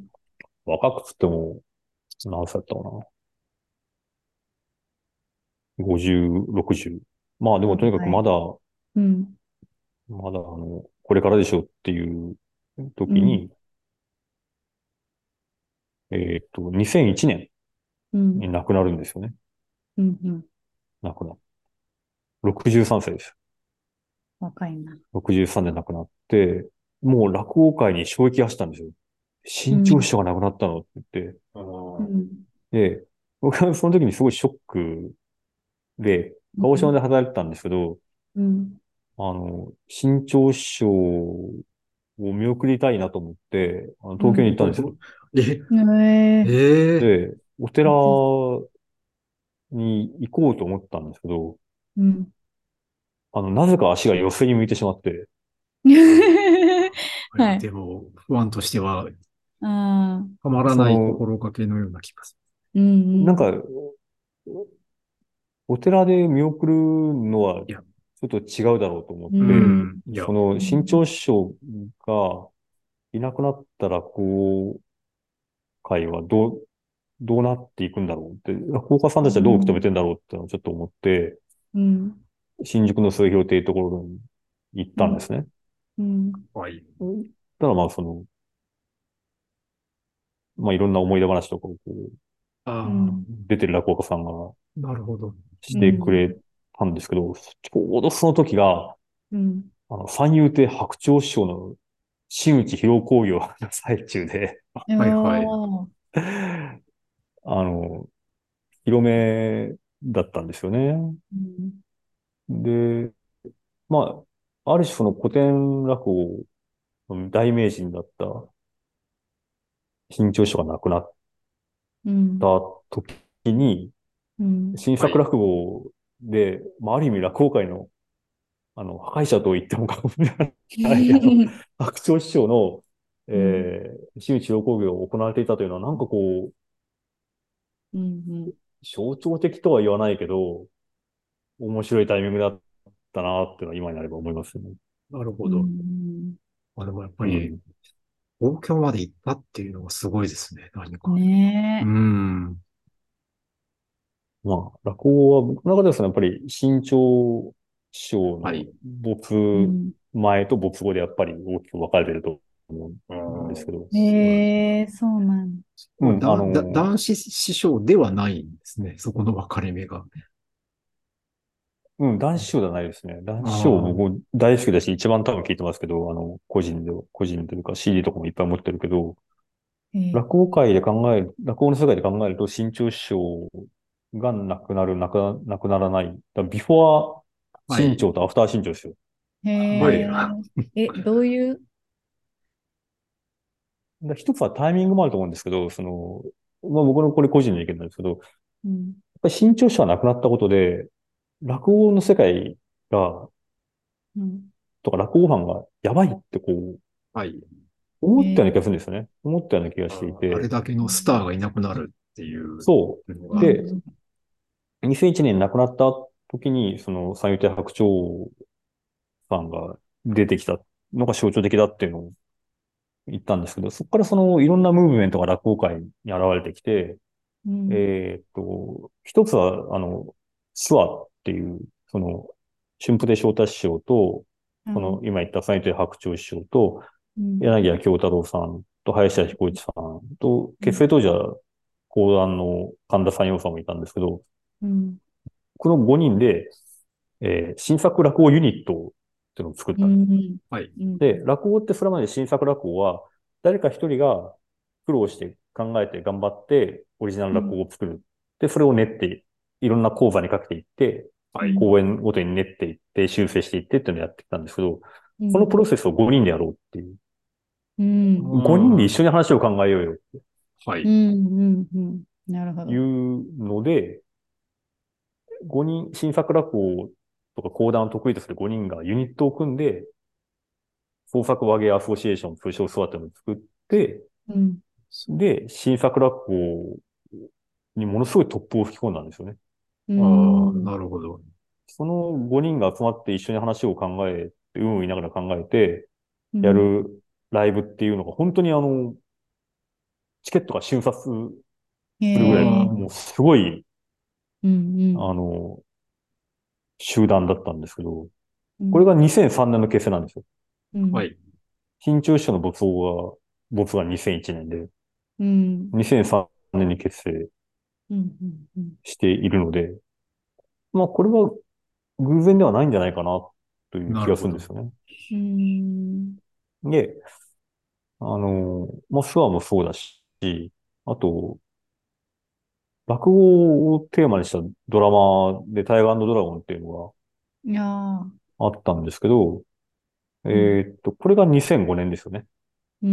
若くつっても、何歳だったかな？ 50、60。まあでもとにかくはい。うん。 まだこれからでしょっていううん。 時に、2001年うん。 に亡くなるんですよね。 うん。うん。 亡くなる。63歳です。 若いな。 63で亡くなって、もう落語界に衝撃が走ったんですよ。新潮うん。 師匠が亡くなったのって言って。 ああ、 うん。 で、僕はその時にすごいショックで、鹿児島で働いてたんですけど、 うん。 新潮師匠を見送りたいなと思って、東京に行うん。 ったんですよ。 え、 ええええ、 で、お寺に行こうと思ったんですけど、 うん。 なぜか足が寄せに向いてしまって、 はい。 はい。 でも、ファンとしてはああ。 たまらないその、 心がけのような気がすうん。 なんか、お寺で見送るのはる。いや、 ちょっと違うだろうと思っうて、 ん。 いや、 新うん。 潮師匠がいなくなった落語界はどうなっていくんだろうって、落語家さんうたちはどう受け止めん。 てんだろうってのをちょっと思って、 うん。 新宿の末広亭っていうところに行っうん。 たんですね。 うん。 はい。 ただまあまあいろんな思い出話とかをうああ、 ん。 出てる落語家さんがなるほど。 してくうん。 れたんですけど、ちょうどその時が、 うん。 三遊亭白鳥師匠の真打ち披露興行の最中で、 いやはいはい。 ー。 広めだったんですよね。 うん。 で、まあ、ある種その古典落語の大名人だった新潮師匠が亡くなったうん。 時に、 うん。 新作はい。 落語で、まあ、ある意味落語界の、破壊者と言っても過言ではない、白鳥師匠の、 うん。 真打ち興行を行われていたというのは、なんかこう、 うん。 象徴的とは言わないけど、面白いタイミングだったなっていうのは今になれば思いますね。 なるほうど。 ん。 まあ、でもやっぱり、 うん。 東京まで行ったっていうのがすごいですね。何か。うねん。 まあ、落語は僕の中ではそのやっぱり新潮師匠のはい。 え。う没ん。 前と没後でやっぱり大きく分かれてると思あうんですけあ、 ど、 そうなんですね。 へえ、そうなんだ。 うん、 男子師匠ではないんですね。そこの分かれ目が。 うん、男子師匠ではないですね。男子師匠ああ、 僕大好きだし、一番多分聞いてますけど、個人というか CD とかもいっぱい持ってるけど、 へえ。 落語の世界で考えると、新潮師匠がなくならない。ビフォーはい。 新潮とアフター新潮ですよ。 へはい。 え。え、どういう、 一つはタイミングもあると思うんですけど、まあ僕のこれ個人の意見なんですけど、やっうん。 ぱり新潮師匠が亡くなったことで、落語の世界が、 うん。 とか落語ファンがやばいってはい。 思ったような気がすへえ。 るんですよね。思ったような気がしていあれて、 だけのスターがいなくなるっていうそのう。 が、 で、 うん。 2001年に亡くなった時に、その三遊亭白鳥さんが出てきたのが象徴的だっていうのを言ったんですけど、そこからいろんなムーブメントが落語界に現れてきて、 うん。 一つは、手話っていう、春風亭昇太師匠と、 うん。 今言った三遊亭白鳥師匠と、 うん。 柳家京太郎さんと林家彦一さんと、 うん。 結成当時は講談の神田山陽さんもいたんですけど、 うん。 この5人で新作落語ユニットっていうのを作っうたんです。 ん。 はい。 うん。 で、落語ってそれまで新作落語は、誰か一人が苦労して考えて頑張ってオリジナル落うん。 語を作る。で、それを練って、いろんな講座にかけていって、 はい。 うん。 講演ごとに練っていって、修正していってっていうのをやってきたんですけど、そのプうん。 ロセスを5人でやろうっていう。 うん。 5人で一あ緒に話を考えようよっはい。 うん。うん。なるほていど。 うので、5人、新作落語とか講談を得意とする5人がユニットを組んで、創作和芸アソシエーション、通称スワっていうのを作って、 うん。 で、新作落語にものすごいトップを吹き込んだんですよね。 うああ、 ん。 なるほど。 その5人が集まって一緒に話を考えて、言いながら考えて、 うん。 やるライブっていうのが本当にチケットが瞬殺すへるぐらい、 え。 もうすごい、 うん。 あの、集団だったんですけど、これがうん。 2003年の結成なんですよ。 うん。 はい。 新潮師匠の没が2001年で、 うん。 2003年に結成うん。うん。 しているので、まあこれは偶然ではないんじゃないかなという気がすなるほど。 るんですよね。 うん。 で、まあ、手話もそうだし、あと、落語をテーマにしたドラマでタイガードラゴンっていうのいやー。 があったんですけど、 うん。 これが2005年ですよね。 うん。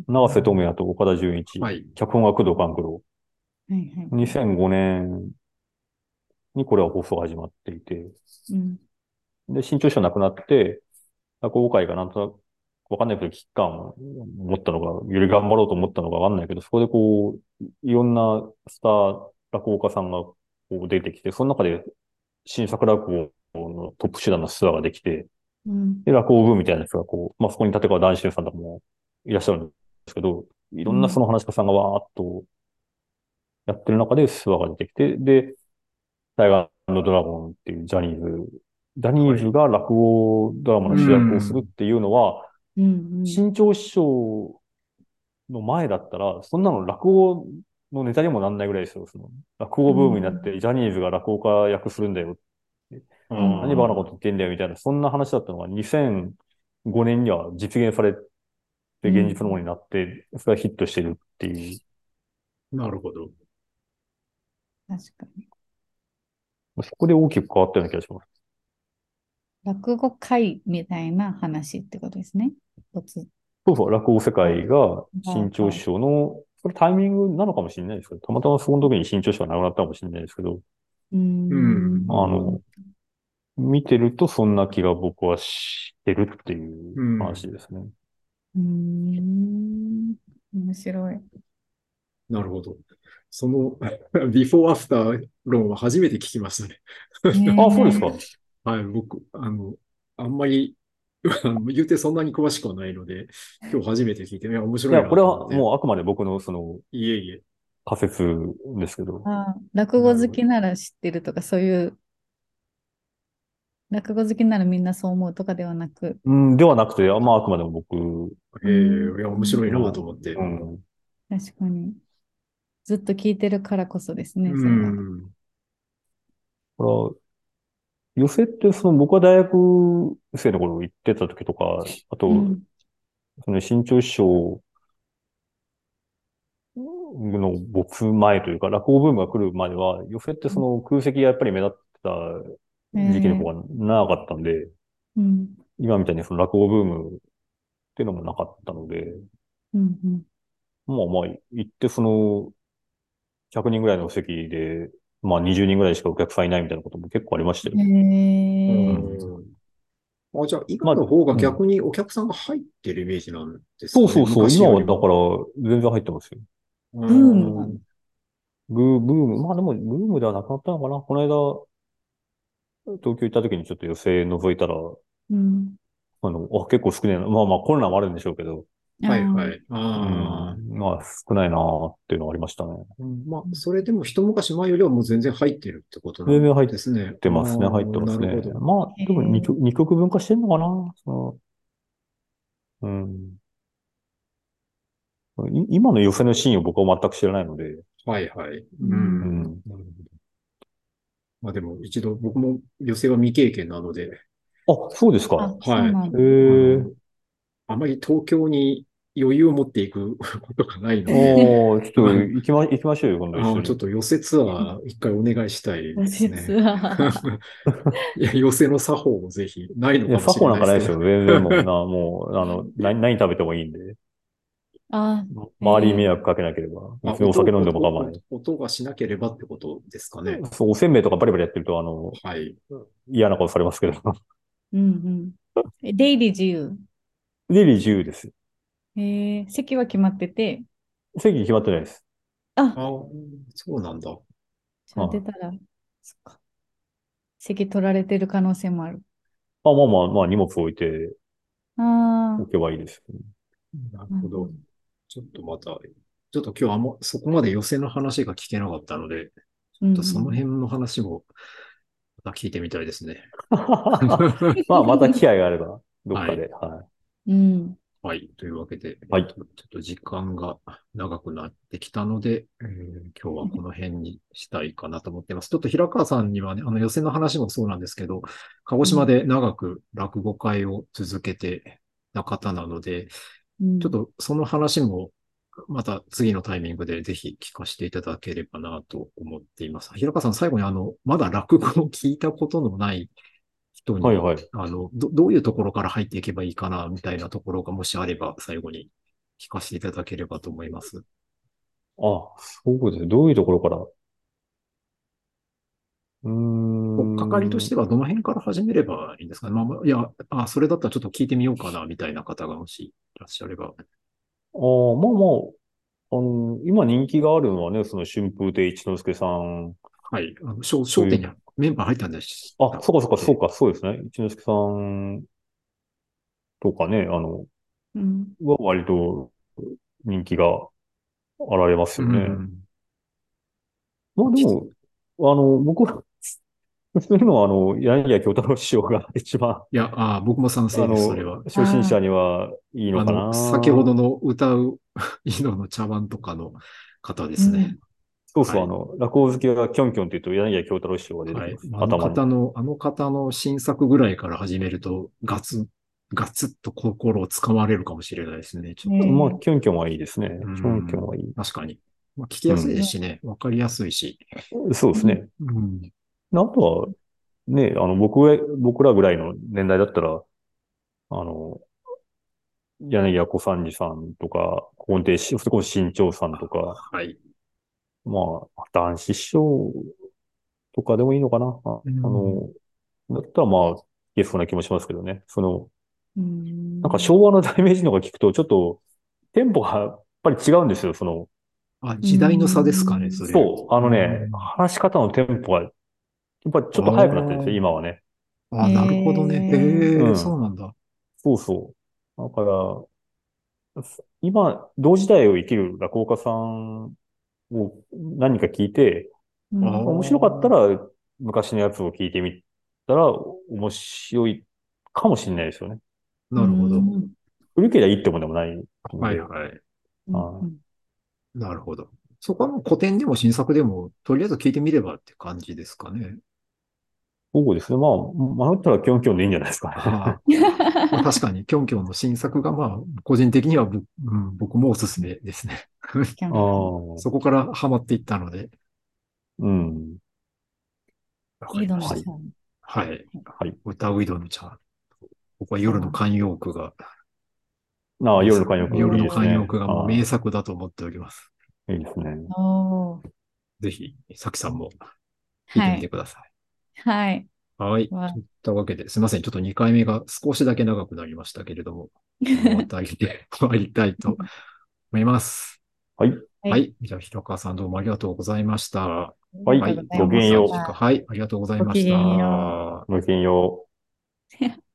長瀬智也と岡田准一、 はい。 脚本が工藤官九郎。 はいはいはい。 2005年にこれは放送が始まっていて、 うん。 で、新潮社亡くなって、落語会がなんとなく、わかんないけど、危機感を持ったのか、より頑張ろうと思ったのかわかんないけど、そこでこう、いろんなスター落語家さんがこう出てきて、その中で新作落語のトップ集団のツアーができて、 うん。 で、落語部みたいなやつがこう、まあ、そこに立川談春さんとかもいらっしゃるんですけど、いろんなそうん。 の話し家さんがわーっとやってる中でツアーが出てきて、で、タイガードラゴンっていうジャニはい。 ーズが落語ドラマうの主役をするっん。 ていうのは、 うん。 新潮師匠の前だったら、そんなの落語のネタにもなんないぐらいですよ。その落う語ブームになっん。 て、ジャニーズが落語家役するんだよって。 あうん。 何バカなことあ、 言ってんだよみたいな、そんな話だったのが2005年には実現されてうん。 現実のものになって、それがヒットしてるっていう、 なるほど。 確かに。 そこで大きく変わったような気がします。 落語会みたいな話ってことですね。一つ。 そうそう、落語世あ界が新潮師あ。 匠の、それタイミングなのかもしれないですけど、たまたまその時に新潮師匠が亡くなったかもしれないですけど、 ううん。なるほど。 ん。 見てるとそんな気が僕はしてるっていううん。 話ですね。 うん。面白い。 なるほど。その、ビフォーアフター論は初めて聞きましたね。 あ、そうですねか。 はい、僕、あんまり、言うてそんなに詳しくはないので、今日初めて聞いて、いや、面いや、 白いなこれはと思って。 もうあくまで僕のそのいえいえ。 仮説ですけど。 あ、落語なるほど。 好きなら知ってるとか、そういう、落語好きならみんなそう思うとかではなく。 うん、ではなくて、まああくまでも僕へえ、 うん。 いや、面白いなとの、 思って。 うん。 確かに。ずっと聞いてるからこそですうね、それは。 ん。 これは、寄席ってその僕は大学生の頃行ってた時とか、あと、 うん。 その新潮師匠の没前というか、落語ブームが来るまでは、寄席ってその空席がやっぱり目立ってた時期の方がええ。 長かったんで、 うん。 今みたいにその落語ブームっていうのもなかったので、 うん。 まあまあ、行ってその100人ぐらいの席で、まあ20人ぐらいしかお客さんいないみたいなことも結構ありましたよ。 うん。 うええ。 うん。 ん。あ、じゃあ、今まあ、 の方がうん。 逆にお客さんが入ってるイメージなんですかね、 そうそうそう。今はだか昔よりも。 ら全然入ってますよ。 うブームなん。 の。 ブーム。まあでも、ブームではなくなったのかな。この間、東京行った時にちょっと寄席覗いたら、 うん。 結構少ないな。まあまあコロナもあるんでしょうけど、 ああ。 はいはい。 うああ。 ん。まあ少ないなーっていうのはありましたね。 うん、まあ、それでも一昔前よりはもう全然入ってるってことなん全然入っですね。あてますね。入ってあ、 ますね。 なるほど。 まあ、でもへえ。 二極分化してんのかな。うん。今の寄せのシーンを僕は全く知らないので、 はいはい。 ううん。 ん。 うん。 なるほど。 まあでも一度僕も寄席は未経験なので、 あ、そうですか。 あ、そうはい。 なんだ。 あまり東京に余裕を持っていくことがないので、 おー、ちょっと行きましょうよ、今度一緒に。 ちょっと寄せツアー一回お願いしたいです実ね。 は。 いや、寄せの作法もぜひ、ないのいや、 かもし作法れないですけど。 なんかないですよ。全然もう、何食べてもいいんで。 あ、 周りに迷惑かけなければ。別にお酒飲んでも構わない。 音がしなければってことですかね。 そう、おせんべいとかバリバリやってると、 はい。 嫌な顔されますけど。 うんうん。出入り自由。 出入り自由です。 席は決まってて、 席決まってないです。 あ、 ああ、そうなんだ。 じゃあはい。 出たら、そっか、席取られてる可能性もある。 まあ、荷物置いてああ、 おけばいいです。 なるうんうん。 ほど。ちょっとまた、ちょっと今日そこまで寄せの話が聞けなかったので、ちょうんうっとそのん。 辺の話もまた聞いてみたいですね。 まあ、また機会があれば、どっはい。 かで。はい。 うん。 はい。というわけで、 はい。 ちょっと時間が長くなってきたので、今日はこの辺にしたいかなと思っています。ちょっと平川さんにはね、予選の話もそうなんですけど、鹿児うん。 島で長く落語会を続けてた方なので、 うん。 ちょっとその話もまた次のタイミングでぜひ聞かせていただければなと思っています。平川さん、最後にまだ落語を聞いたことのない人に、 はいはい。 どういうところから入っていけばいいかな、みたいなところがもしあれば、最後に聞かせていただければと思います。 あ、そうですね。どういうところから。うーかかりとしん。 てはどの辺から始めればいいんですかね。いや、それだったらちょっと聞いてみようかな、みたいな方がもしいらっしゃれば。 今人気があるのはね、その春風亭一之輔さんはい。 という、 商店にメンバー入ったんでしあ、 たっそうかそうかそうけ？ か、そうですね。一之輔さんとかね、 うん。 は割と人気があられますうよね。 ん。 まあでも、僕は、そういうのは柳家京太郎師匠が一番、 いや、僕も賛成です、それは。 初心者ああ、 にはいいのか先ほどな。 の歌う井戸の茶碗とかの方ですね。 うん。 そうそう、 はい。 落語好きがキョンキョンって言うと柳家京太郎師匠が出てはい。 きます。頭に。 あの方の新作ぐらいから始めると、ガツッと心をつかまれるかもしれないですね。ちょっと。 まあ、 ええ、 キョンキョンはいいですね。 うキョンキョンん。 はいい。 確かに。聞きやすいうん。 ですしね。わかりやすいし。 そうですね。 うん。 あとは、ね、僕らぐらいの年代だったら、あの、柳家小三治さんとか、ここでそれこそ新潮さんとか、 はい。 まあ、男子師匠とかでもいいのかな。 うん。 だったらまあ、いけそうな気もしますけどね。 うなんかん。 昭和の大名人のが聞くと、ちょっと、テンポがやっぱり違うんですよ。 う時代の差ですかね、 ん。 それ。 そう、 うん。 話し方のテンポが、やっぱりちょっと速くなってるんですよ、 あ今はね。 なるほどね。 ええ、 へえ、そうん。 うなんだ。 そうそう。だから、今、同時代を生きる落語家さんを何か聞いて、 うん。 面白かったああ、 ら昔のやつを聞いてみたら面白いかもしれないですよね。 うなるほど。 ん。 古ければいいってもんでもないのはいで。 はい。 うん。うあ、 ん。 なるほど。そこはもう古典でも新作でも、とりあえず聞いてみればって感じですかね。 そうですね。まあ、迷ったらキョンキョンでいいんじゃないですかね。 あ確かに、キョンキョンの新作が、個人的には僕もおすすめですね。 キャあンキャン。 あ、 そこからハマっていったので、 うん。 わか井りました。 はい。 戸のさん。 はい。 はい。 歌う井戸の茶。僕は茶碗。 夜の慣用句が夜の慣用句いい夜の慣用ですね。 句がもう名作だと思っております。 いいですね。 おー。 ぜひ、さきさんも聞いてはい。 みてください。 はい。 はい。 わ、 といったわけで、すいません。ちょっと2回目が少しだけ長くなりましたけれども、この辺りで終わりたいと思います。 はい。 はい。 はい。じゃあ、平川さんどうもありがとうございました。 ありはい。 がとうごはい。 ざいましごきげんよまたお時間、 た。 はい。ありがとうございごきげましんよう。 た。 う。ごきげんよう。